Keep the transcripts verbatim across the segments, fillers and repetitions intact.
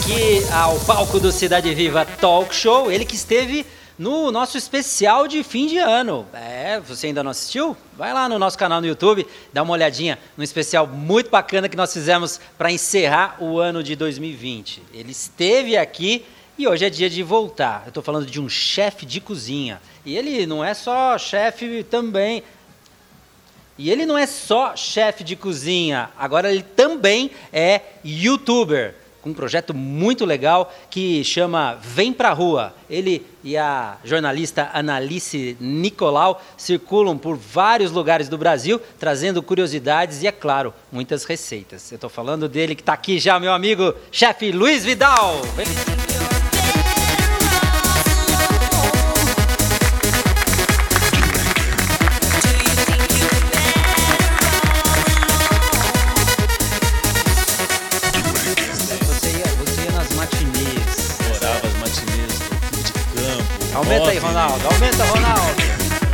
aqui ao palco do Cidade Viva Talk Show, ele que esteve no nosso especial de fim de ano. É, você ainda não assistiu? Vai lá no nosso canal no YouTube, dá uma olhadinha no especial muito bacana que nós fizemos para encerrar o ano de dois mil e vinte. Ele esteve aqui e hoje é dia de voltar. Eu estou falando de um chefe de cozinha. E ele não é só chefe também... E ele não é só chefe de cozinha, agora ele também é youtuber, com um projeto muito legal que chama Vem Pra Rua. Ele e a jornalista Analice Nicolau circulam por vários lugares do Brasil, trazendo curiosidades e, é claro, muitas receitas. Eu estou falando dele que está aqui já, meu amigo, chefe Luiz Vidal. Vem. Aumenta aí, Ronaldo. Aumenta, Ronaldo.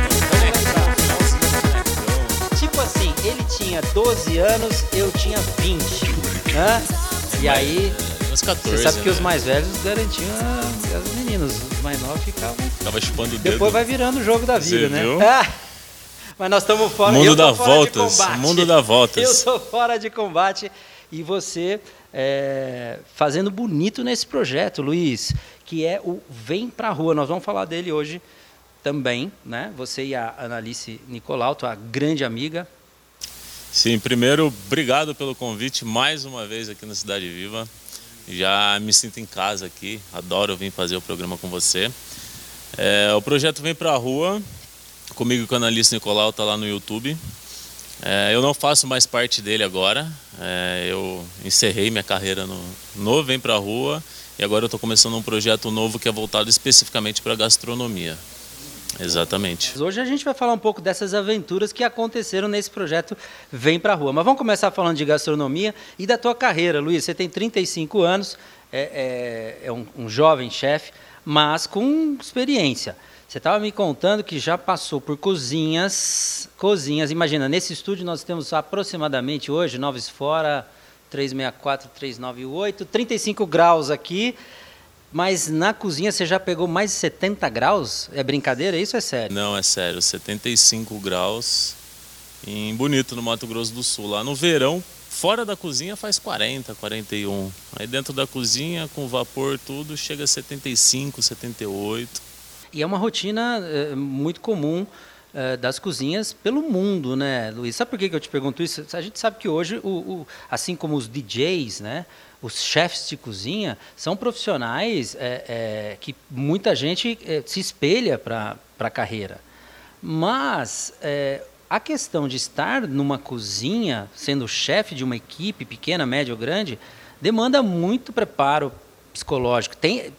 Tipo assim, ele tinha doze anos, eu tinha vinte. Né? E aí, uns quatorze, você sabe né? Que os mais velhos garantiam as meninas. Os mais novos ficavam... Tava chupando o dedo. Depois vai virando o jogo da vida, Você né? viu? Ah, mas nós estamos fora. Mundo eu tô dá fora voltas. de combate. Mundo dá voltas. Eu tô fora de combate. E você é, fazendo bonito nesse projeto, Luiz, que é o Vem Pra Rua. Nós vamos falar dele hoje também, né? Você e a Analice Nicolau, tua grande amiga. Sim, primeiro, obrigado pelo convite mais uma vez aqui na Cidade Viva. Já me sinto em casa aqui, adoro vir fazer o programa com você. É, o projeto Vem Pra Rua, comigo e com a Analice Nicolau, tá lá no YouTube. É, eu não faço mais parte dele agora, é, eu encerrei minha carreira no, no Vem Pra Rua e agora eu estou começando um projeto novo que é voltado especificamente para gastronomia. Exatamente. Hoje a gente vai falar um pouco dessas aventuras que aconteceram nesse projeto Vem Pra Rua. Mas vamos começar falando de gastronomia e da tua carreira, Luiz. Você tem trinta e cinco anos, é, é, é um, um jovem chefe, mas com experiência. Você estava me contando que já passou por cozinhas, cozinhas. Imagina, nesse estúdio nós temos aproximadamente hoje, Noves Fora, trezentos e sessenta e quatro, trezentos e noventa e oito, trinta e cinco graus aqui. Mas na cozinha você já pegou mais de setenta graus? É brincadeira? Isso é sério? Não, é sério. setenta e cinco graus em Bonito, no Mato Grosso do Sul. Lá no verão, fora da cozinha faz quarenta, quarenta e um. Aí dentro da cozinha, com vapor tudo, chega a setenta e cinco, setenta e oito. E é uma rotina é, muito comum é, das cozinhas pelo mundo, né, Luiz? Sabe por que eu te pergunto isso? A gente sabe que hoje, o, o, assim como os D Js, né, os chefes de cozinha, são profissionais é, é, que muita gente é, se espelha para a carreira. Mas é, a questão de estar numa cozinha, sendo chefe de uma equipe pequena, média ou grande, demanda muito preparo psicológico. Tem...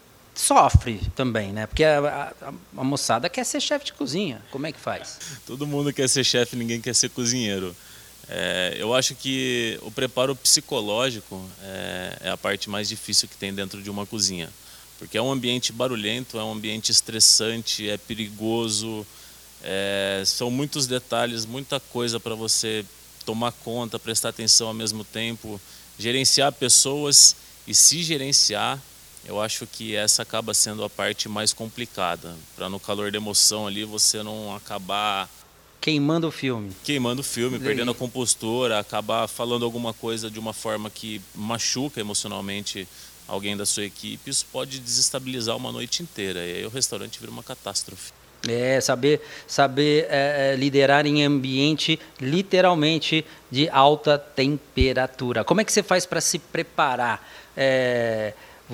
Sofre também, né? Porque a, a, a moçada quer ser chefe de cozinha. Como é que faz? Todo mundo quer ser chefe, ninguém quer ser cozinheiro. É, eu acho que o preparo psicológico é, é a parte mais difícil que tem dentro de uma cozinha. Porque é um ambiente barulhento, é um ambiente estressante, é perigoso, é, são muitos detalhes, muita coisa para você tomar conta, prestar atenção ao mesmo tempo, gerenciar pessoas e se gerenciar. Eu acho que essa acaba sendo a parte mais complicada, para no calor da emoção ali você não acabar... Queimando o filme. Queimando o filme, perdendo a compostura, acabar falando alguma coisa de uma forma que machuca emocionalmente alguém da sua equipe, isso pode desestabilizar uma noite inteira, e aí o restaurante vira uma catástrofe. É, saber, saber é, liderar em ambiente literalmente de alta temperatura. Como é que você faz para se preparar? É...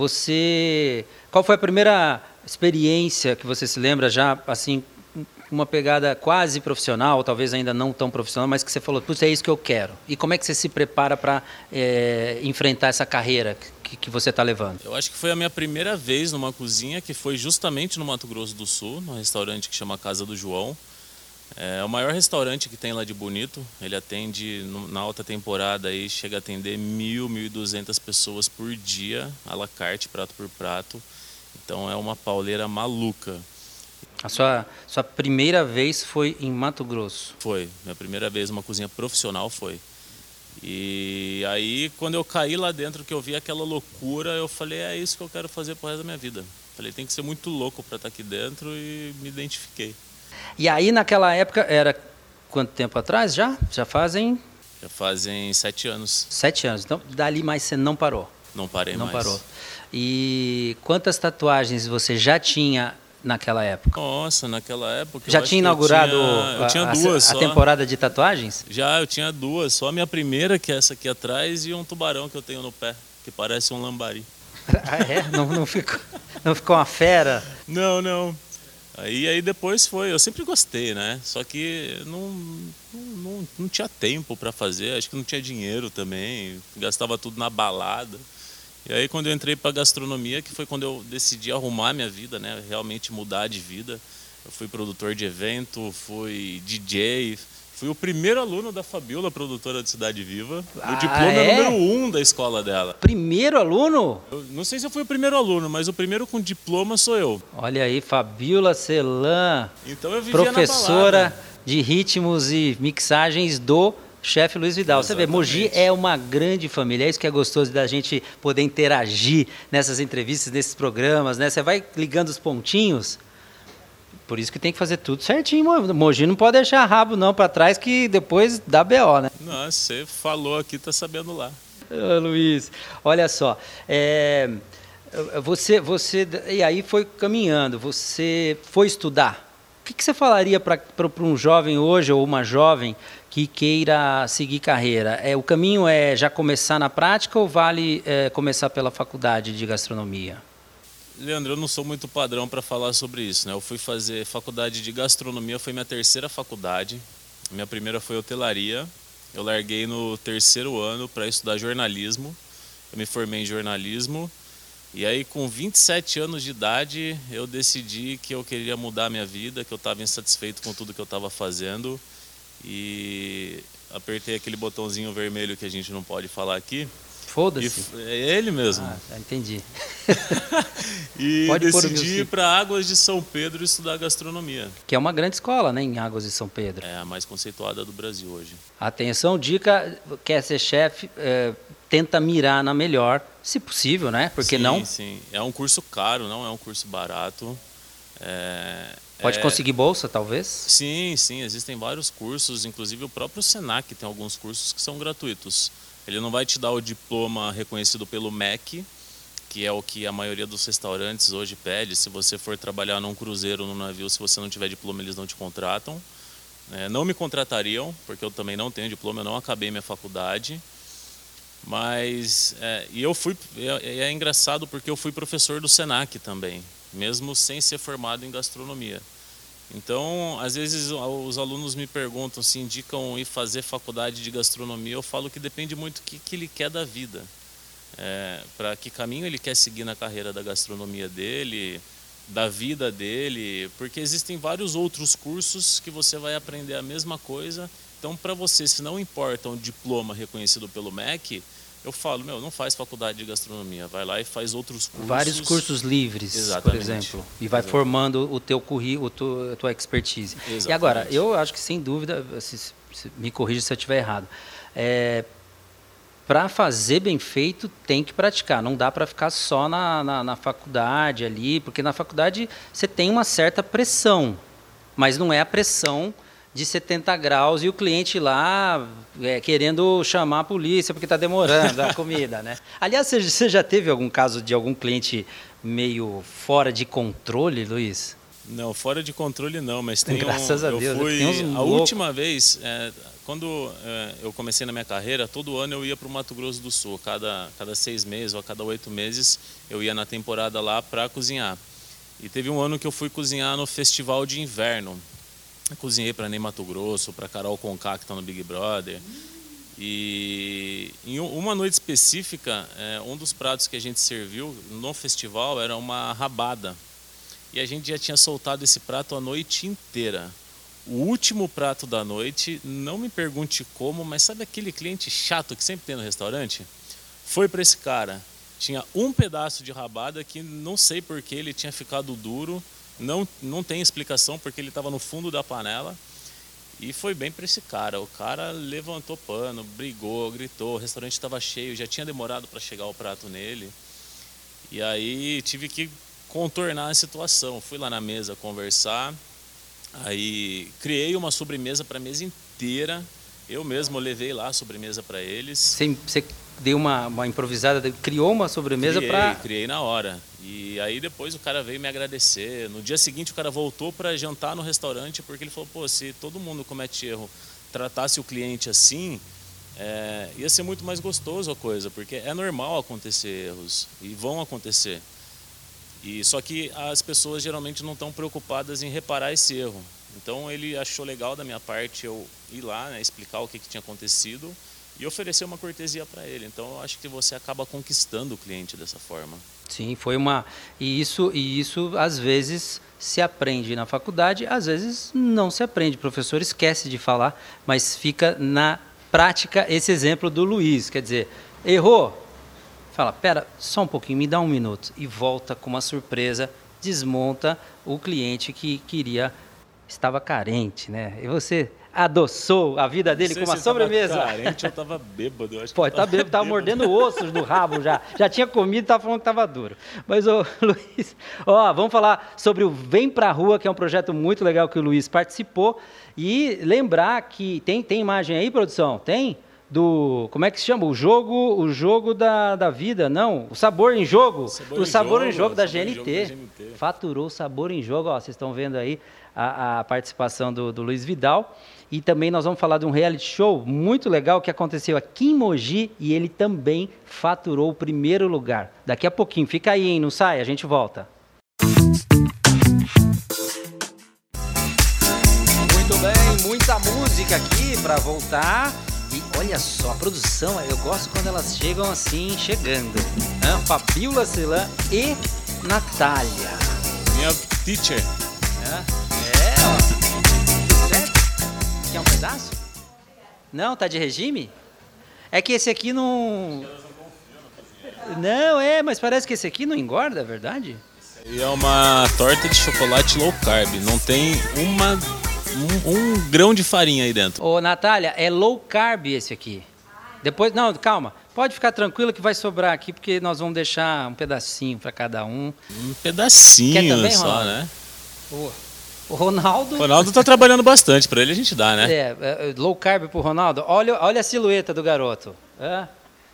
Você, qual foi a primeira experiência que você se lembra já, assim, uma pegada quase profissional, talvez ainda não tão profissional, mas que você falou, putz, é isso que eu quero. E como é que você se prepara para é, enfrentar essa carreira que, que você está levando? Eu acho que foi a minha primeira vez numa cozinha, que foi justamente no Mato Grosso do Sul, num restaurante que chama Casa do João. É o maior restaurante que tem lá de Bonito. Ele atende, na alta temporada, aí, chega a atender mil, mil e duzentas pessoas por dia, à la carte, prato por prato. Então é uma pauleira maluca. A sua, sua primeira vez foi em Mato Grosso? Foi. Minha primeira vez numa cozinha profissional foi. E aí, quando eu caí lá dentro, que eu vi aquela loucura, eu falei, é isso que eu quero fazer pro resto da minha vida. Falei, tem que ser muito louco para estar aqui dentro, e me identifiquei. E aí, naquela época, era quanto tempo atrás já? Já fazem... Já fazem sete anos. Sete anos. Então, dali mais você não parou? Não parei não mais. Não parou. E quantas tatuagens você já tinha naquela época? Nossa, naquela época... Já tinha inaugurado eu tinha, eu tinha a, duas a, só. a temporada de tatuagens? Já, eu tinha duas. Só a minha primeira, que é essa aqui atrás, e um tubarão que eu tenho no pé, que parece um lambari. Ah, é? Não, não, ficou, não ficou uma fera? Não, não. Aí, aí depois foi, eu sempre gostei, né? Só que não, não, não, não tinha tempo para fazer, acho que não tinha dinheiro também, gastava tudo na balada. E aí quando eu entrei para gastronomia, que foi quando eu decidi arrumar minha vida, né? Realmente mudar de vida. Eu fui produtor de evento, fui D J, fui o primeiro aluno da Fabiola, produtora de Cidade Viva. Ah, o diploma é? é número um da escola dela. Primeiro aluno? Eu não sei se eu fui o primeiro aluno, mas o primeiro com diploma sou eu. Olha aí, Fabiola Celan, então eu vivia professora na balada. de ritmos e mixagens do chefe Luiz Vidal. Exatamente. Você vê, Mogi é uma grande família, é isso que é gostoso da gente poder interagir nessas entrevistas, nesses programas, né? Você vai ligando os pontinhos, por isso que tem que fazer tudo certinho. Mogi não pode deixar rabo não para trás, que depois dá B O, né? Nossa, você falou aqui, tá sabendo lá. Ô, Luiz, olha só, é, você, você, e aí foi caminhando, você foi estudar. O que, que você falaria para um jovem hoje, ou uma jovem, que queira seguir carreira? É, o caminho é já começar na prática, ou vale é, começar pela faculdade de gastronomia? Leandro, eu não sou muito padrão para falar sobre isso, né? Eu fui fazer faculdade de gastronomia, foi minha terceira faculdade. Minha primeira foi hotelaria. Eu larguei no terceiro ano para estudar jornalismo. Eu me formei em jornalismo. E aí, com vinte e sete anos de idade, eu decidi que eu queria mudar a minha vida, que eu estava insatisfeito com tudo que eu estava fazendo. E apertei aquele botãozinho vermelho que a gente não pode falar aqui. Foda-se. É ele mesmo. Ah, já entendi. E Pode decidi ir para Águas de São Pedro estudar gastronomia. Que é uma grande escola, né, em Águas de São Pedro. É a mais conceituada do Brasil hoje. Atenção, dica, quer ser chefe, é, tenta mirar na melhor, se possível, né? Porque sim, não... Sim, é um curso caro, não é um curso barato. É, Pode é... conseguir bolsa, talvez? Sim, sim, existem vários cursos, inclusive o próprio Senac tem alguns cursos que são gratuitos. Ele não vai te dar o diploma reconhecido pelo M E C, que é o que a maioria dos restaurantes hoje pede. Se você for trabalhar num cruzeiro, num navio, se você não tiver diploma, eles não te contratam. É, não me contratariam, porque eu também não tenho diploma, eu não acabei minha faculdade. Mas, é, e eu fui, é, é engraçado porque eu fui professor do Senac também, mesmo sem ser formado em gastronomia. Então, às vezes os alunos me perguntam se indicam ir fazer faculdade de gastronomia. Eu falo que depende muito do que, que ele quer da vida. É, para que caminho ele quer seguir na carreira da gastronomia dele, da vida dele, porque existem vários outros cursos que você vai aprender a mesma coisa. Então, para você, se não importa um diploma reconhecido pelo M E C, eu falo, meu, não faz faculdade de gastronomia, vai lá e faz outros cursos. Vários cursos livres, Exatamente. Por exemplo, e vai Exatamente. formando o teu currículo, a tua expertise. Exatamente. E agora, eu acho que sem dúvida, se, se, me corrija se eu estiver errado, é, para fazer bem feito tem que praticar, não dá para ficar só na, na, na faculdade ali, porque na faculdade você tem uma certa pressão, mas não é a pressão de setenta graus e o cliente lá é, querendo chamar a polícia porque está demorando a comida, né? Aliás, você já teve algum caso de algum cliente meio fora de controle, Luiz? Não, fora de controle não, mas tem Graças um, a Deus, eu fui, tem uns a louco. última vez, é, quando é, eu comecei na minha carreira, todo ano eu ia para o Mato Grosso do Sul, cada, cada seis meses ou a cada oito meses eu ia na temporada lá para cozinhar. E teve um ano que eu fui cozinhar no Festival de Inverno. Eu cozinhei para Ney Mato Grosso, para Carol Conká, que está no Big Brother. E em uma noite específica, é, um dos pratos que a gente serviu no festival era uma rabada. E a gente já tinha soltado esse prato a noite inteira. O último prato da noite, não me pergunte como, mas sabe aquele cliente chato que sempre tem no restaurante? Foi para esse cara. Tinha um pedaço de rabada que não sei por que ele tinha ficado duro. Não, não tem explicação porque ele estava no fundo da panela. E foi bem para esse cara. O cara levantou pano, brigou, gritou, o restaurante estava cheio, já tinha demorado para chegar o prato nele. E aí tive que contornar a situação. Fui lá na mesa conversar, aí criei uma sobremesa para a mesa inteira. Eu mesmo levei lá a sobremesa para eles. Você, você deu uma, uma improvisada, criou uma sobremesa para... Criei na hora. E aí depois o cara veio me agradecer. No dia seguinte o cara voltou para jantar no restaurante porque ele falou, pô, se todo mundo comete erro, tratasse o cliente assim, é, ia ser muito mais gostoso a coisa, porque é normal acontecer erros e vão acontecer. E só que as pessoas geralmente não estão preocupadas em reparar esse erro. Então ele achou legal da minha parte eu ir lá, né, explicar o que, que tinha acontecido e oferecer uma cortesia para ele. Então eu acho que você acaba conquistando o cliente dessa forma. Sim, foi uma... E isso, e isso às vezes se aprende na faculdade, às vezes não se aprende. O professor esquece de falar, mas fica na prática esse exemplo do Luiz. Quer dizer, errou? Fala, pera, só um pouquinho, me dá um minuto. E volta com uma surpresa, desmonta o cliente que queria... Estava carente, né? E você adoçou a vida dele com uma sobremesa. Estava carente, eu estava bêbado. Eu acho Pode, tá bêbado, estava mordendo ossos do rabo já. Já tinha comido e estava falando que estava duro. Mas, ô, Luiz, ó, vamos falar sobre o Vem Pra Rua, que é um projeto muito legal que o Luiz participou. E lembrar que... Tem, tem imagem aí, produção? Tem? Do... Como é que se chama? O jogo, o jogo da, da vida, não? O Sabor em Jogo. Sabor o em Sabor jogo, em Jogo da Sabor G N T. em Jogo da G N T. Faturou o Sabor em Jogo, ó, vocês estão vendo aí a, a participação do, do Luiz Vidal. E também nós vamos falar de um reality show muito legal que aconteceu aqui em Mogi e ele também faturou o primeiro lugar. Daqui a pouquinho, fica aí, hein? Não sai, a gente volta. Muito bem, muita música aqui para voltar. E olha só, a produção, eu gosto quando elas chegam assim, chegando. Hã? Fabiola Celan e Natália. Minha teacher. Hã? É, ó. Certo? Quer um pedaço? Não, tá de regime? É que esse aqui não... Não, é, mas parece que esse aqui não engorda, é verdade? E é uma torta de chocolate low carb. Não tem uma... Um, um grão de farinha aí dentro. Ô, Natália, é low carb esse aqui. Depois, não, calma. Pode ficar tranquila que vai sobrar aqui, porque nós vamos deixar um pedacinho para cada um. Um pedacinho Quer também, só, Ronaldo? Né? O, o Ronaldo... O Ronaldo tá trabalhando bastante, para ele a gente dá, né? É, é low carb pro Ronaldo. Olha, olha a silhueta do garoto. É.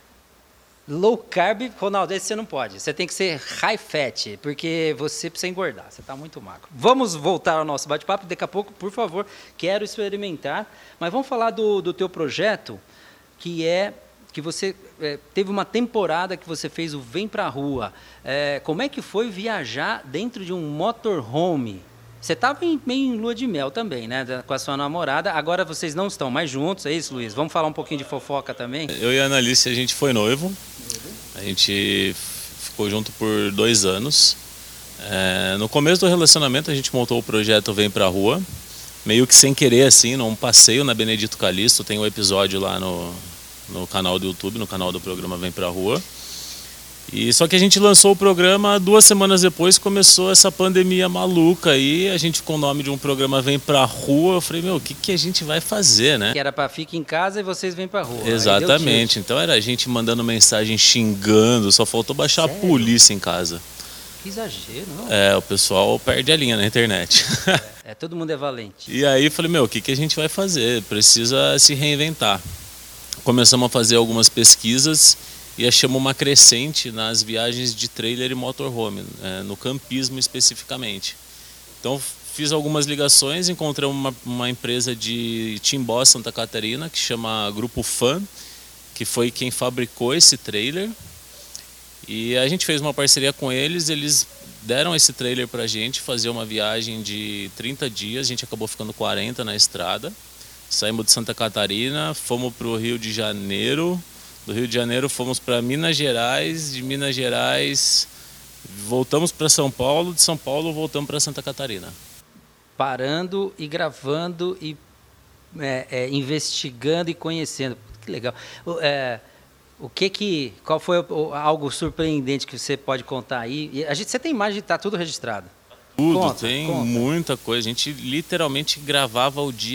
Low carb, Ronaldo, esse você não pode. Você tem que ser high fat, porque você precisa engordar. Você está muito magro. Vamos voltar ao nosso bate-papo. Daqui a pouco, por favor, quero experimentar. Mas vamos falar do, do teu projeto, que é que você é, teve uma temporada que você fez o Vem Pra Rua. É, como é que foi viajar dentro de um motorhome? Você estava meio em lua de mel também, né? Com a sua namorada. Agora vocês não estão mais juntos, é isso, Luiz? Vamos falar um pouquinho de fofoca também? Eu e a Analice, a gente foi noivo. A gente ficou junto por dois anos. É, no começo do relacionamento, a gente montou o projeto Vem Pra Rua. Meio que sem querer, assim, num passeio na Benedito Calixto. Tem um episódio lá no, no canal do YouTube, no canal do programa Vem Pra Rua. E só que a gente lançou o programa, duas semanas depois começou essa pandemia maluca aí, a gente com o nome de um programa Vem Pra Rua, eu falei, meu, o que, que a gente vai fazer, né? Que era pra ficar em casa e vocês vêm pra rua. Exatamente, então era a gente mandando mensagem xingando, só faltou baixar Sério? a polícia em casa. Que exagero, não? É, o pessoal perde a linha na internet. É, é todo mundo é valente. E aí eu falei, meu, o que, que a gente vai fazer? Precisa se reinventar. Começamos a fazer algumas pesquisas e achamos uma crescente nas viagens de trailer e motorhome, é, no campismo especificamente. Então fiz algumas ligações, encontrei uma, uma empresa de Timbó, Santa Catarina, que chama Grupo Fan, que foi quem fabricou esse trailer. E a gente fez uma parceria com eles, eles deram esse trailer pra gente fazer uma viagem de trinta dias, a gente acabou ficando quarenta na estrada. Saímos de Santa Catarina, fomos para o Rio de Janeiro, do Rio de Janeiro fomos para Minas Gerais, de Minas Gerais voltamos para São Paulo, de São Paulo voltamos para Santa Catarina. Parando e gravando e é, é, investigando e conhecendo. Que legal. É, o que que, qual foi o, algo surpreendente que você pode contar aí? E a gente, você tem imagem, está tudo registrado? Tudo, conta, tem conta. muita coisa. A gente literalmente gravava o dia inteiro.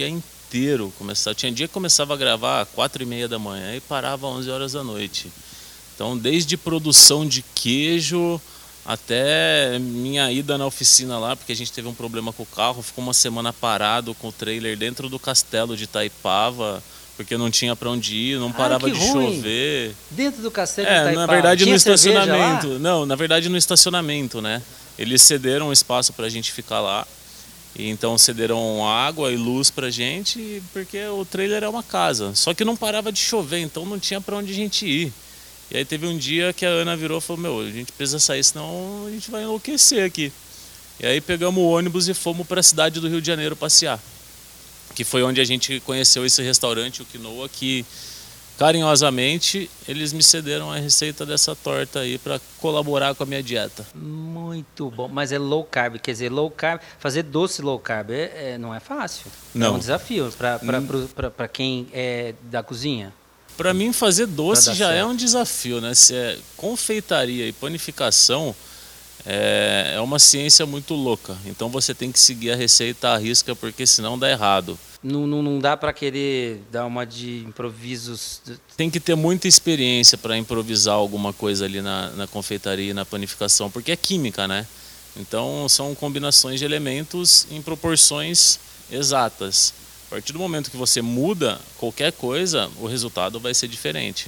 inteiro. Começava, tinha dia que começava a gravar às quatro e meia da manhã e parava às onze horas da noite. Então, desde produção de queijo até minha ida na oficina lá, porque a gente teve um problema com o carro, ficou uma semana parado com o trailer dentro do castelo de Itaipava, porque não tinha para onde ir, não parava ah, de ruim. chover. Dentro do castelo é, de Itaipava? Na verdade, tinha no estacionamento. Lá? Não, na verdade, no estacionamento, né? Eles cederam um espaço para a gente ficar lá. E então cederam água e luz pra gente, porque o trailer é uma casa. Só que não parava de chover, então não tinha para onde a gente ir. E aí teve um dia que a Ana virou e falou, meu, a gente precisa sair, senão a gente vai enlouquecer aqui. E aí pegamos o ônibus e fomos para a cidade do Rio de Janeiro passear. Que foi onde a gente conheceu esse restaurante, o Quinoa, que carinhosamente eles me cederam a receita dessa torta aí para colaborar com a minha dieta. Muito bom, mas é low carb, quer dizer, low carb, fazer doce low carb é, é, não é fácil. Não. É um desafio para quem é da cozinha. Para mim, fazer doce já certo. é um desafio, né? Se é confeitaria e panificação, é, é uma ciência muito louca. Então você tem que seguir a receita à risca, porque senão dá errado. Não, não, não dá para querer dar uma de improvisos. Tem que ter muita experiência para improvisar alguma coisa ali na, na confeitaria e na panificação, porque é química, né? Então são combinações de elementos em proporções exatas. A partir do momento que você muda qualquer coisa, o resultado vai ser diferente.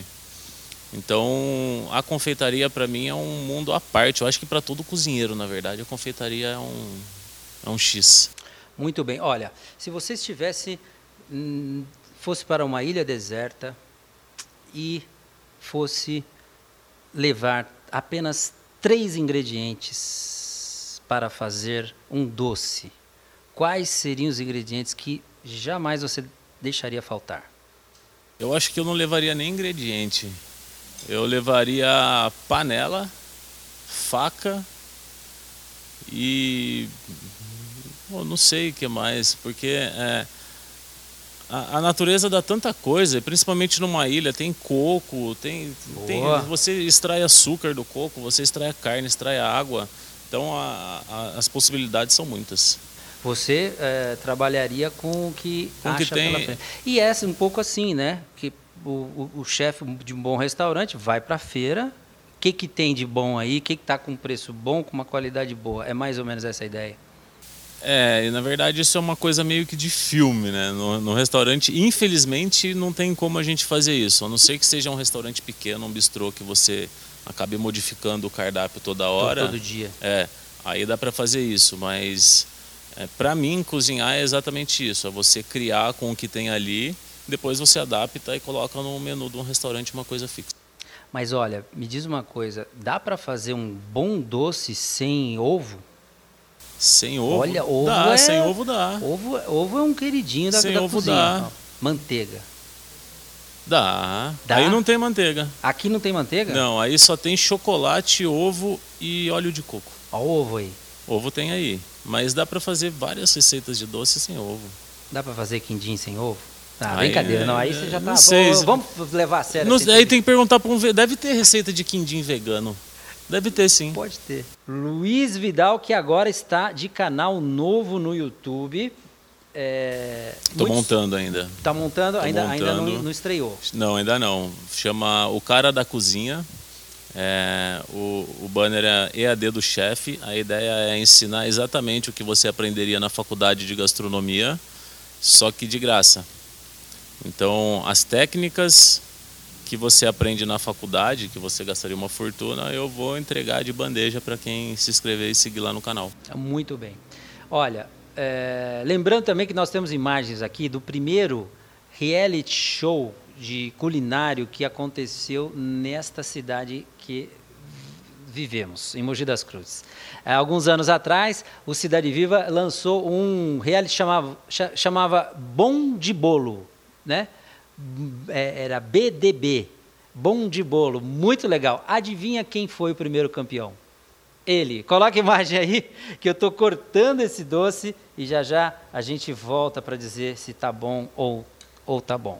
Então a confeitaria para mim é um mundo à parte. Eu acho que para todo cozinheiro, na verdade, a confeitaria é um, é um X. Muito bem. Olha, se você estivesse, hum, fosse para uma ilha deserta e fosse levar apenas três ingredientes para fazer um doce, quais seriam os ingredientes que jamais você deixaria faltar? Eu acho que eu não levaria nem ingrediente. Eu levaria panela, faca e... Eu não sei o que mais, porque é, a, a natureza dá tanta coisa, principalmente numa ilha, tem coco, tem, tem, você extrai açúcar do coco, você extrai a carne, extrai a água, então a, a, as possibilidades são muitas. Você é, trabalharia com o que com acha que tem... pela frente. E é um pouco assim, né? Que o, o, o chefe de um bom restaurante vai para a feira, o que, que tem de bom aí, o que está com preço bom, com uma qualidade boa. É mais ou menos essa a ideia. É, e na verdade isso é uma coisa meio que de filme, né? No, no restaurante, infelizmente, não tem como a gente fazer isso. A não ser que seja um restaurante pequeno, um bistrô que você acabe modificando o cardápio toda hora. Todo, todo dia. É, aí dá para fazer isso, mas é, para mim cozinhar é exatamente isso. É você criar com o que tem ali, depois você adapta e coloca no menu de um restaurante uma coisa fixa. Mas olha, me diz uma coisa, dá para fazer um bom doce sem ovo? Sem ovo? Olha, ovo dá, é... sem ovo dá. Ovo, ovo é um queridinho da, sem da ovo cozinha. Dá. Ó, manteiga. Dá. dá. Aí não tem manteiga. Aqui não tem manteiga? Não, aí só tem chocolate, ovo e óleo de coco. Ó o ovo aí. Ovo tem aí. Mas dá para fazer várias receitas de doce sem ovo. Dá para fazer quindim sem ovo? Ah, aí, brincadeira. Não, aí você já tá... Não sei. Pô, vamos levar a sério. Não, assim, aí tem que perguntar para um... Deve ter receita de quindim vegano. Deve ter, sim. Pode ter. Luiz Vidal, que agora está de canal novo no YouTube. É... Tô Muitos... montando ainda. Tá montando? Tô ainda montando. ainda não, não estreou? Não, ainda não. Chama O Cara da Cozinha. É, o, o banner é E A D do chefe. A ideia é ensinar exatamente o que você aprenderia na faculdade de gastronomia, só que de graça. Então, as técnicas que você aprende na faculdade, que você gastaria uma fortuna, eu vou entregar de bandeja para quem se inscrever e seguir lá no canal. Muito bem. Olha, é, lembrando também que nós temos imagens aqui do primeiro reality show de culinário que aconteceu nesta cidade que vivemos, em Mogi das Cruzes. Há alguns anos atrás, o Cidade Viva lançou um reality que chamava, chamava Bom de Bolo, né? Era B D B, Bom de Bolo, muito legal. Adivinha quem foi o primeiro campeão? Ele. Coloca a imagem aí, que eu estou cortando esse doce e já já a gente volta para dizer se tá bom ou, ou tá bom.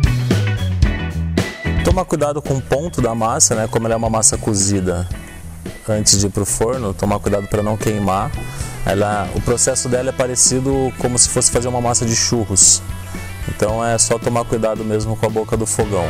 Tomar cuidado com o ponto da massa, né? Como ela é uma massa cozida antes de ir para o forno, tomar cuidado para não queimar. Ela, o processo dela é parecido como se fosse fazer uma massa de churros. Então é só tomar cuidado mesmo com a boca do fogão.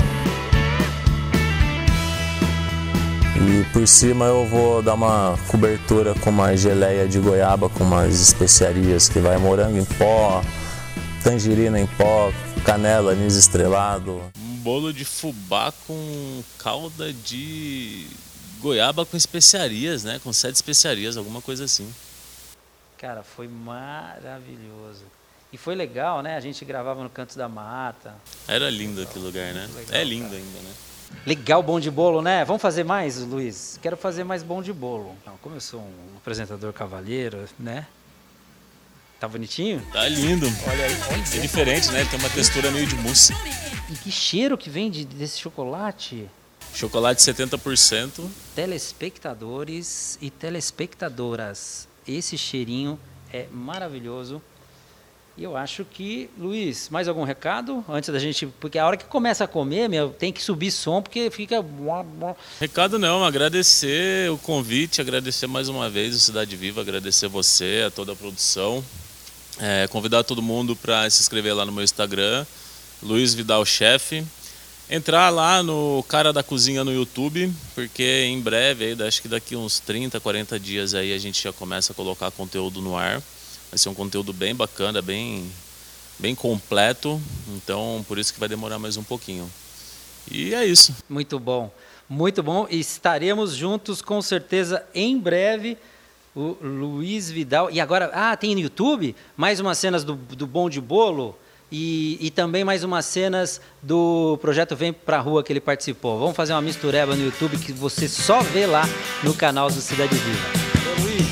E por cima eu vou dar uma cobertura com uma geleia de goiaba com umas especiarias que vai morango em pó, tangerina em pó, canela, anis estrelado. Um bolo de fubá com calda de goiaba com especiarias, né? Com sete especiarias, alguma coisa assim. Cara, foi maravilhoso. E foi legal, né? A gente gravava no Canto da Mata. Era lindo aquele lugar, né? Legal, é lindo cara. ainda, né? Legal, bom de bolo, né? Vamos fazer mais, Luiz? Quero fazer mais bom de bolo. Não, como eu sou um apresentador cavalheiro, né? Tá bonitinho? Tá lindo. Olha aí. É diferente, né? Ele tem uma textura meio de mousse. E que cheiro que vem de, desse chocolate. Chocolate setenta por cento. Telespectadores e telespectadoras, esse cheirinho é maravilhoso. E eu acho que, Luiz, mais algum recado antes da gente... Porque a hora que começa a comer, meu, tem que subir som, porque fica... Recado não, agradecer o convite, agradecer mais uma vez o Cidade Viva, agradecer você, a toda a produção. É, convidar todo mundo para se inscrever lá no meu Instagram, Luiz Vidal Chef. Entrar lá no Cara da Cozinha no YouTube, porque em breve, aí, acho que daqui uns trinta, quarenta dias aí a gente já começa a colocar conteúdo no ar. Vai ser um conteúdo bem bacana, bem, bem completo, então por isso que vai demorar mais um pouquinho. E é isso. Muito bom, muito bom. E estaremos juntos com certeza em breve. O Luiz Vidal. E agora, ah, tem no YouTube mais umas cenas do, do Bom de Bolo e, e também mais umas cenas do projeto Vem Pra Rua que ele participou. Vamos fazer uma mistureba no YouTube que você só vê lá no canal do Cidade Viva. Ô, Luiz.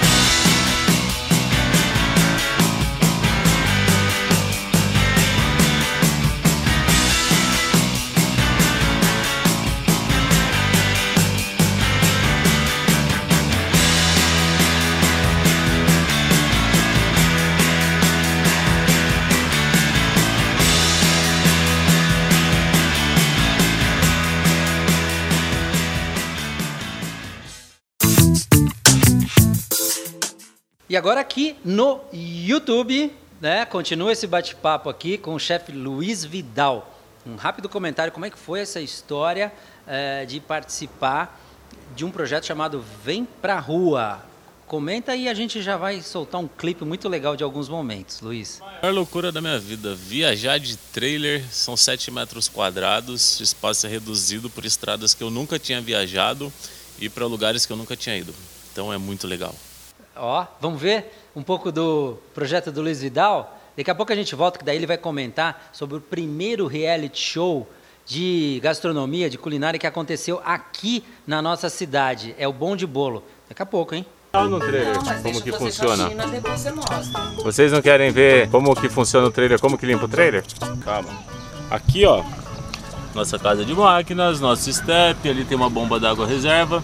E agora aqui no YouTube, né, continua esse bate-papo aqui com o chefe Luiz Vidal. Um rápido comentário, como é que foi essa história é, de participar de um projeto chamado Vem Pra Rua. Comenta e a gente já vai soltar um clipe muito legal de alguns momentos, Luiz. A maior loucura da minha vida, viajar de trailer, são sete metros quadrados, o espaço é reduzido por estradas que eu nunca tinha viajado e para lugares que eu nunca tinha ido. Então é muito legal. Ó, vamos ver um pouco do projeto do Luiz Vidal? Daqui a pouco a gente volta, que daí ele vai comentar sobre o primeiro reality show de gastronomia, de culinária que aconteceu aqui na nossa cidade. É o Bom de Bolo. Daqui a pouco, hein? No trailer, não, como que funciona? China, depois você mostra. Vocês não querem ver como que funciona o trailer, como que limpa o trailer? Calma. Aqui, ó, nossa casa de máquinas, nosso step, ali tem uma bomba d'água reserva.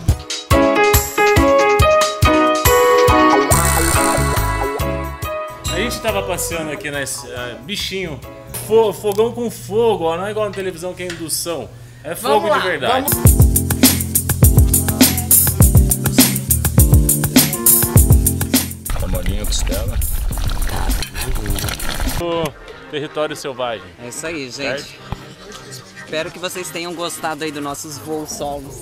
A gente tava passeando aqui nesse uh, bichinho, fo fogão com fogo, ó, não é igual na televisão que é indução, é fogo de verdade. Vamos. Molinho, costela. O território selvagem. É isso aí, gente. Certo? Espero que vocês tenham gostado aí dos nossos voos solos.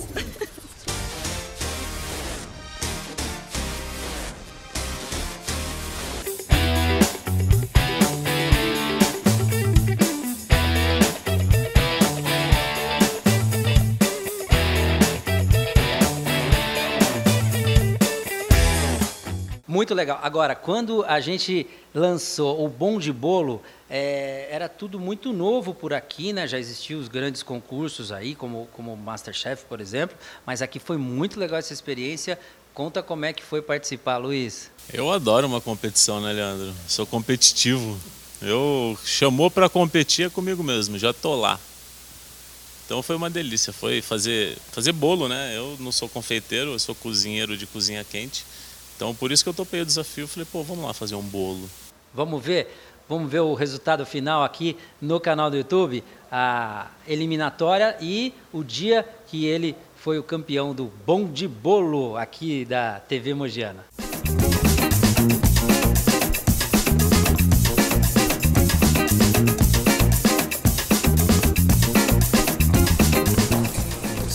Muito legal. Agora, quando a gente lançou o Bom de Bolo, é, era tudo muito novo por aqui, né? Já existiam os grandes concursos aí, como como Masterchef, por exemplo, mas aqui foi muito legal essa experiência. Conta como é que foi participar, Luiz. Eu adoro uma competição, né, Leandro? Sou competitivo. Eu chamou para competir é comigo mesmo, já tô lá. Então foi uma delícia, foi fazer fazer bolo, né? Eu não sou confeiteiro, eu sou cozinheiro de cozinha quente. Então, por isso que eu topei o desafio, falei, pô, vamos lá fazer um bolo. Vamos ver? Vamos ver o resultado final aqui no canal do YouTube, a eliminatória e o dia que ele foi o campeão do Bom de Bolo aqui da T V Mogiana.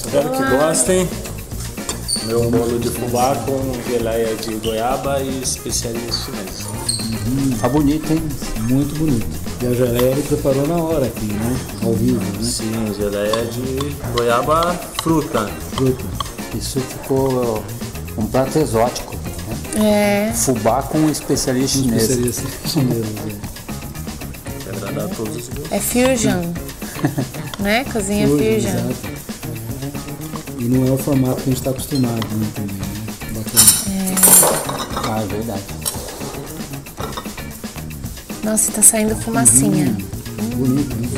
Espero que gostem. Meu bolo de fubá com geleia de goiaba e especiarias chinesas. Hum, tá bonito, hein? Muito bonito. E a geleia ele preparou na hora aqui, né? Ao vivo, né? Sim, geleia de goiaba fruta. Fruta. Isso ficou um prato exótico, né? É. Fubá com especiarias chinesas. Especiarias chinesas, é. Pra agradar todos os gostos. É fusion. Né? Cozinha Fusion, fusion. exato. E não é o formato que a gente está acostumado, né, também, né? Bacana. Ah, é verdade. Nossa, tá saindo fumacinha. Hum, bonito, né?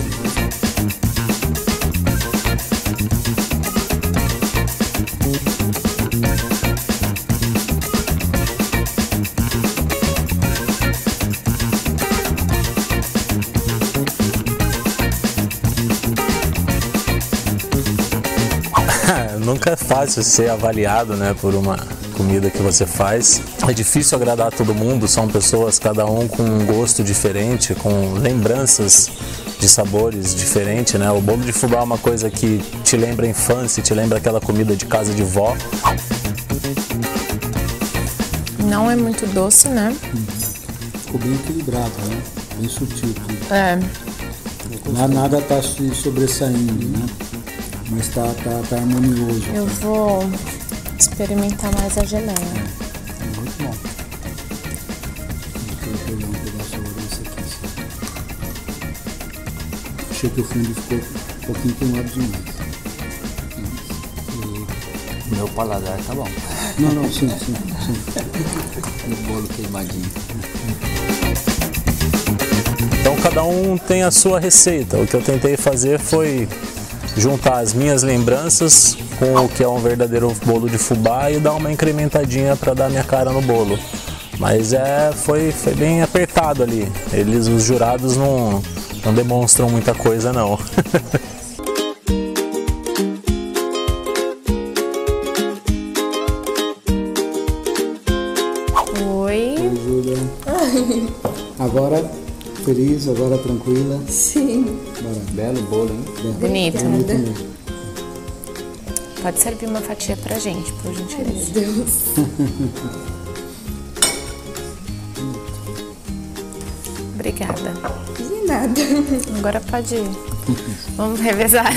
Nunca é fácil ser avaliado, né, por uma comida que você faz. É difícil agradar todo mundo, são pessoas, cada um com um gosto diferente, com lembranças de sabores diferentes, né? O bolo de fubá é uma coisa que te lembra a infância, te lembra aquela comida de casa de vó. Não é muito doce, né? Ficou bem equilibrado, né? Bem sutil tudo. É. Lá nada tá se sobressaindo, né? Mas tá, tá, tá harmonioso. Eu vou experimentar mais a geleia. Muito bom. Vou pegar um pedaço desse aqui. Assim. Achei que o fundo ficou um pouquinho queimado demais. O meu paladar tá bom. Não, não, sim, sim, sim. O bolo queimadinho. Então cada um tem a sua receita. O que eu tentei fazer foi juntar as minhas lembranças com o que é um verdadeiro bolo de fubá e dar uma incrementadinha para dar minha cara no bolo. Mas é, foi, foi bem apertado ali. Eles, os jurados, não, não demonstram muita coisa não. Oi. Oi, Júlia. Agora feliz, agora tranquila. Sim. Bora. Belo bolo, hein? Bem, Bonito. bonito mesmo. Pode servir uma fatia pra gente, por gentileza. Meu Deus. Obrigada. De nada. Agora pode ir. Vamos revezar.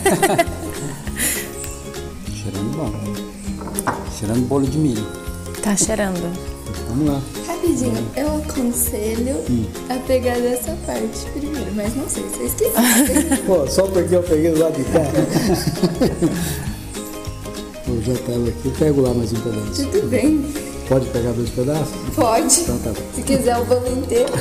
Cheirando bom. Cheirando bolo de milho. Tá cheirando. Vamos lá. Rapidinho, eu aconselho a pegar dessa parte primeiro, mas não sei se vocês quiserem. Pô, só porque eu peguei do lado de cá. Eu já tava aqui, eu pego lá mais um pedaço. Tudo bem. Pode pegar dois pedaços? Pode. Então tá bom. Se quiser o bolo inteiro.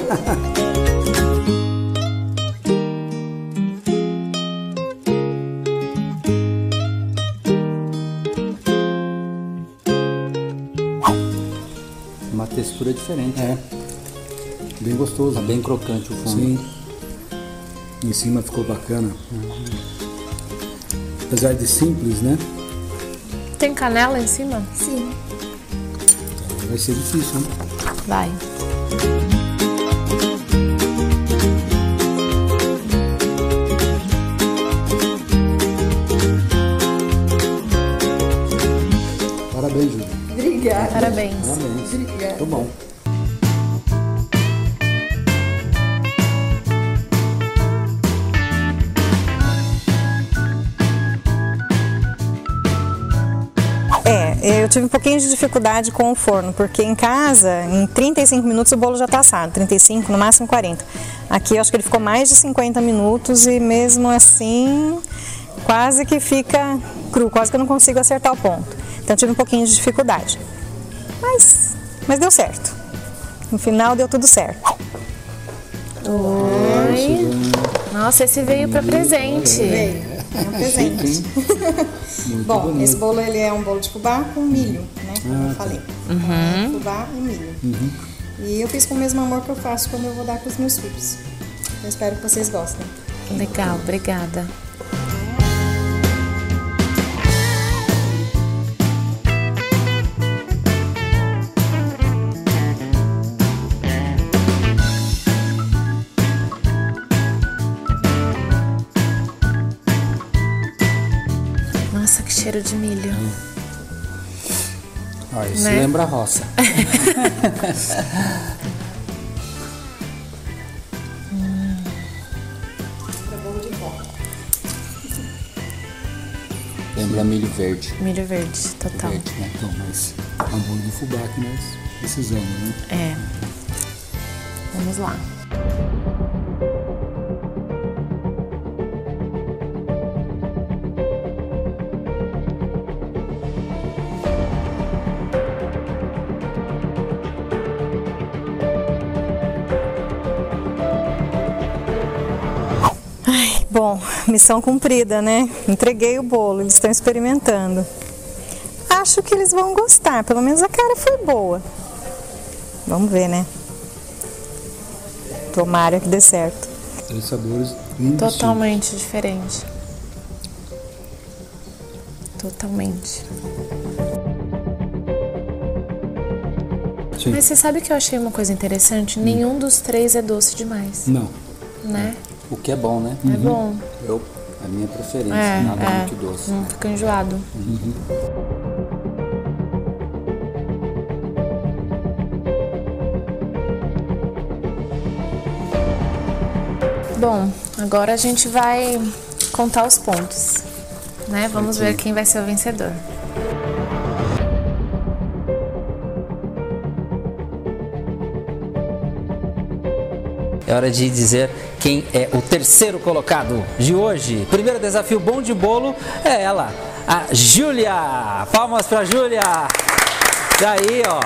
Uma textura diferente. É. Bem gostoso. Tá bem crocante o fundo. Sim. Em cima ficou bacana. Apesar de simples, né? Tem canela em cima? Sim. Vai ser difícil, né? Vai. Parabéns, Júlia. Obrigada. Parabéns. Parabéns. Obrigada. Muito bom. É, eu tive um pouquinho de dificuldade com o forno, porque em casa, em trinta e cinco minutos o bolo já está assado, trinta e cinco, no máximo quarenta. Aqui eu acho que ele ficou mais de cinquenta minutos e mesmo assim quase que fica cru, quase que eu não consigo acertar o ponto. Então eu tive um pouquinho de dificuldade. Mas, mas deu certo. No final deu tudo certo. Oi. Nossa, esse veio para presente. É um presente. Bom, bonito. esse bolo ele é um bolo de fubá com milho, né? Como eu falei. Uhum. Fubá e milho. Uhum. E eu fiz com o mesmo amor que eu faço quando eu vou dar com os meus filhos. Eu espero que vocês gostem. Legal, obrigada. Nossa, que cheiro de milho. Hum. Olha, isso Né? lembra a roça. Lembra milho verde. Milho verde, total. Verde, né? Então, mas é um bolo de fubá que nós precisamos, né? É. Vamos lá. Ai, bom, missão cumprida, né? Entreguei o bolo, eles estão experimentando. Acho que eles vão gostar, pelo menos a cara foi boa. Vamos ver, né? Tomara que dê certo. Três sabores lindos. Totalmente diferente. Totalmente. Sim. Mas você sabe que eu achei uma coisa interessante? Nenhum dos três é doce demais, Não. né? O que é bom, né? É bom. Eu, a minha preferência, É, nada é. muito doce. Não fica enjoado. Uhum. Bom, agora a gente vai contar os pontos, né? Vamos ver quem vai ser o vencedor. É hora de dizer quem é o terceiro colocado de hoje. Primeiro desafio bom de bolo é ela, a Júlia. Palmas pra Júlia. Daí, ó.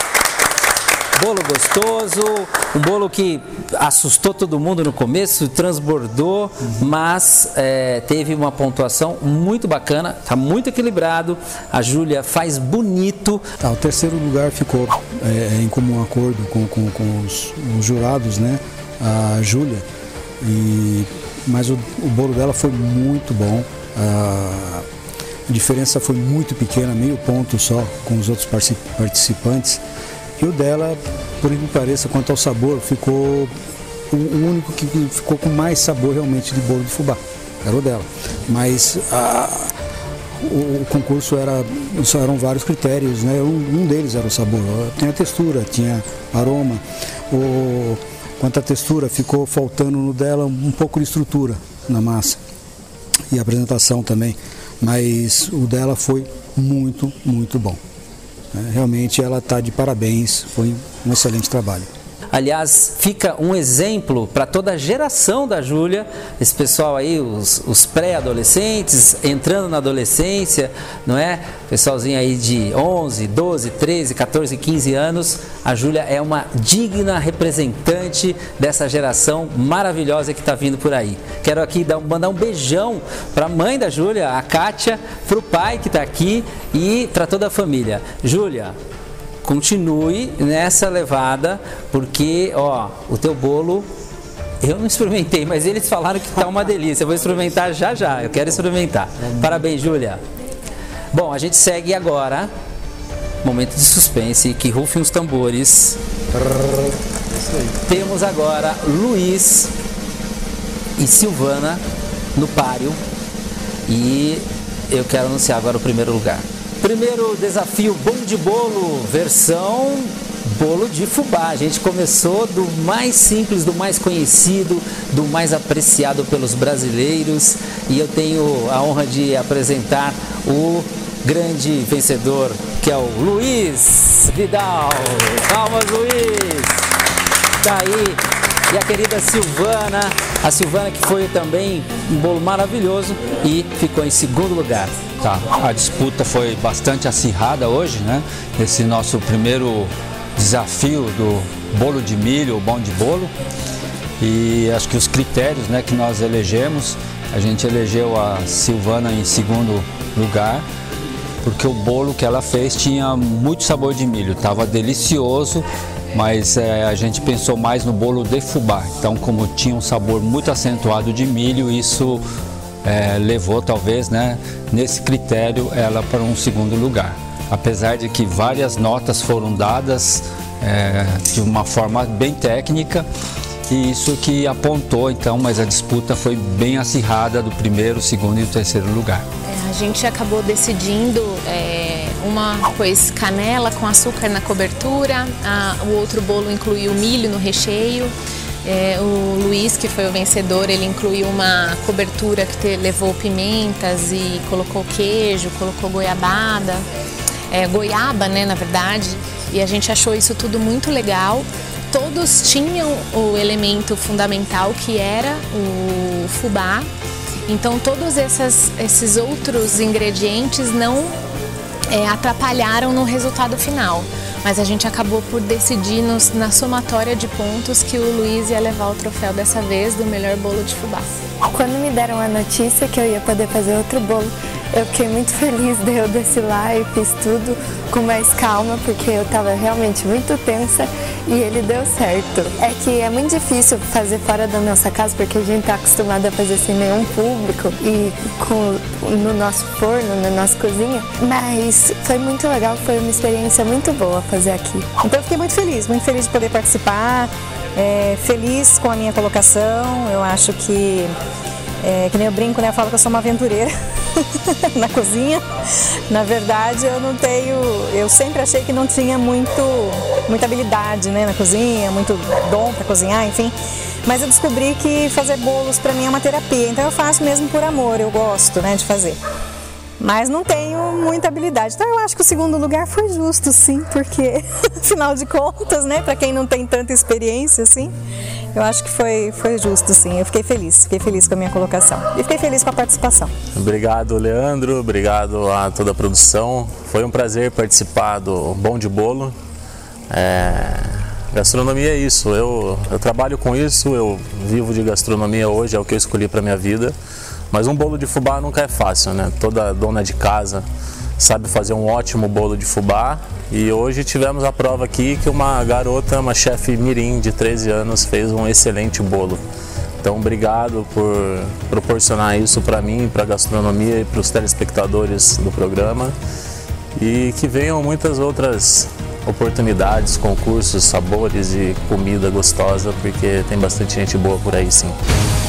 Bolo gostoso, um bolo que assustou todo mundo no começo, transbordou, mas é, teve uma pontuação muito bacana, tá muito equilibrado. A Júlia faz bonito. Tá, o terceiro lugar ficou é, em comum acordo com, com, com os, os jurados, né? A Júlia, e, mas o, o bolo dela foi muito bom. A, a diferença foi muito pequena, meio ponto só com os outros participantes. E o dela, por incrível que pareça, quanto ao sabor, ficou o, o único que ficou com mais sabor realmente de bolo de fubá. Era o dela. Mas a, o, o concurso era, só eram vários critérios, né? Um, um deles era o sabor. Tinha textura, tinha aroma. O, quanto à textura, ficou faltando no dela um pouco de estrutura na massa. E a apresentação também. Mas o dela foi muito, muito bom. Realmente ela está de parabéns, foi um excelente trabalho. Aliás, fica um exemplo para toda a geração da Júlia, esse pessoal aí, os, os pré-adolescentes, entrando na adolescência, não é? Pessoalzinho aí de onze, doze, treze, quatorze, quinze anos. A Júlia é uma digna representante dessa geração maravilhosa que está vindo por aí. Quero aqui dar, mandar um beijão para a mãe da Júlia, a Kátia, para o pai que está aqui e para toda a família. Júlia, continue nessa levada, porque, ó, o teu bolo, eu não experimentei, mas eles falaram que tá uma delícia. Eu vou experimentar já já, eu quero experimentar. Parabéns, Júlia. Bom, a gente segue agora, momento de suspense, que rufem os tambores. Temos agora Luiz e Silvana no páreo, e eu quero anunciar agora o primeiro lugar. Primeiro desafio bom de bolo, versão bolo de fubá. A gente começou do mais simples, do mais conhecido, do mais apreciado pelos brasileiros, e eu tenho a honra de apresentar o grande vencedor, que é o Luiz Vidal. Palmas, Luiz! Tá aí. E a querida Silvana, a Silvana que foi também um bolo maravilhoso e ficou em segundo lugar. Tá, a disputa foi bastante acirrada hoje, né? Esse nosso primeiro desafio do bolo de milho, o bom de bolo. E acho que os critérios, né, que nós elegemos, a gente elegeu a Silvana em segundo lugar, porque o bolo que ela fez tinha muito sabor de milho, estava delicioso. Mas é, a gente pensou mais no bolo de fubá. Então, como tinha um sabor muito acentuado de milho, isso é, levou talvez, né, nesse critério, ela para um segundo lugar. Apesar de que várias notas foram dadas é, de uma forma bem técnica, e isso que apontou então, mas a disputa foi bem acirrada do primeiro, segundo e o terceiro lugar. É, a gente acabou decidindo, é, uma pôs canela com açúcar na cobertura, a, o outro bolo incluiu milho no recheio. É, o Luiz, que foi o vencedor, ele incluiu uma cobertura que te, levou pimentas e colocou queijo, colocou goiabada, é, goiaba, né, na verdade, e a gente achou isso tudo muito legal. Todos tinham o elemento fundamental que era o fubá, então todos essas, esses outros ingredientes não é, atrapalharam no resultado final. Mas a gente acabou por decidir nos, na somatória de pontos que o Luiz ia levar o troféu dessa vez do melhor bolo de fubá. Quando me deram a notícia que eu ia poder fazer outro bolo, eu fiquei muito feliz, daí eu desci lá e fiz tudo com mais calma, porque eu estava realmente muito tensa e ele deu certo. É que é muito difícil fazer fora da nossa casa, porque a gente está acostumado a fazer sem nenhum público e com, no nosso forno, na nossa cozinha, mas foi muito legal, foi uma experiência muito boa fazer aqui. Então eu fiquei muito feliz, muito feliz de poder participar, é, feliz com a minha colocação. Eu acho que, é, que nem eu brinco, né? Eu falo que eu sou uma aventureira na cozinha. Na verdade, eu não tenho, eu sempre achei que não tinha muito, muita habilidade, né, na cozinha, muito dom para cozinhar, enfim. Mas eu descobri que fazer bolos para mim é uma terapia, então eu faço mesmo por amor, eu gosto, né, de fazer. Mas não tenho muita habilidade. Então eu acho que o segundo lugar foi justo, sim, porque, afinal de contas, né, para quem não tem tanta experiência, assim, eu acho que foi, foi justo, sim. Eu fiquei feliz, fiquei feliz com a minha colocação. E fiquei feliz com a participação. Obrigado, Leandro, obrigado a toda a produção. Foi um prazer participar do Bom de Bolo. É... Gastronomia é isso, eu, eu trabalho com isso, eu vivo de gastronomia hoje, é o que eu escolhi para minha vida. Mas um bolo de fubá nunca é fácil, né? Toda dona de casa sabe fazer um ótimo bolo de fubá. E hoje tivemos a prova aqui que uma garota, uma chefe mirim de treze anos, fez um excelente bolo. Então, obrigado por proporcionar isso para mim, para a gastronomia e para os telespectadores do programa. E que venham muitas outras oportunidades, concursos, sabores e comida gostosa, porque tem bastante gente boa por aí, sim.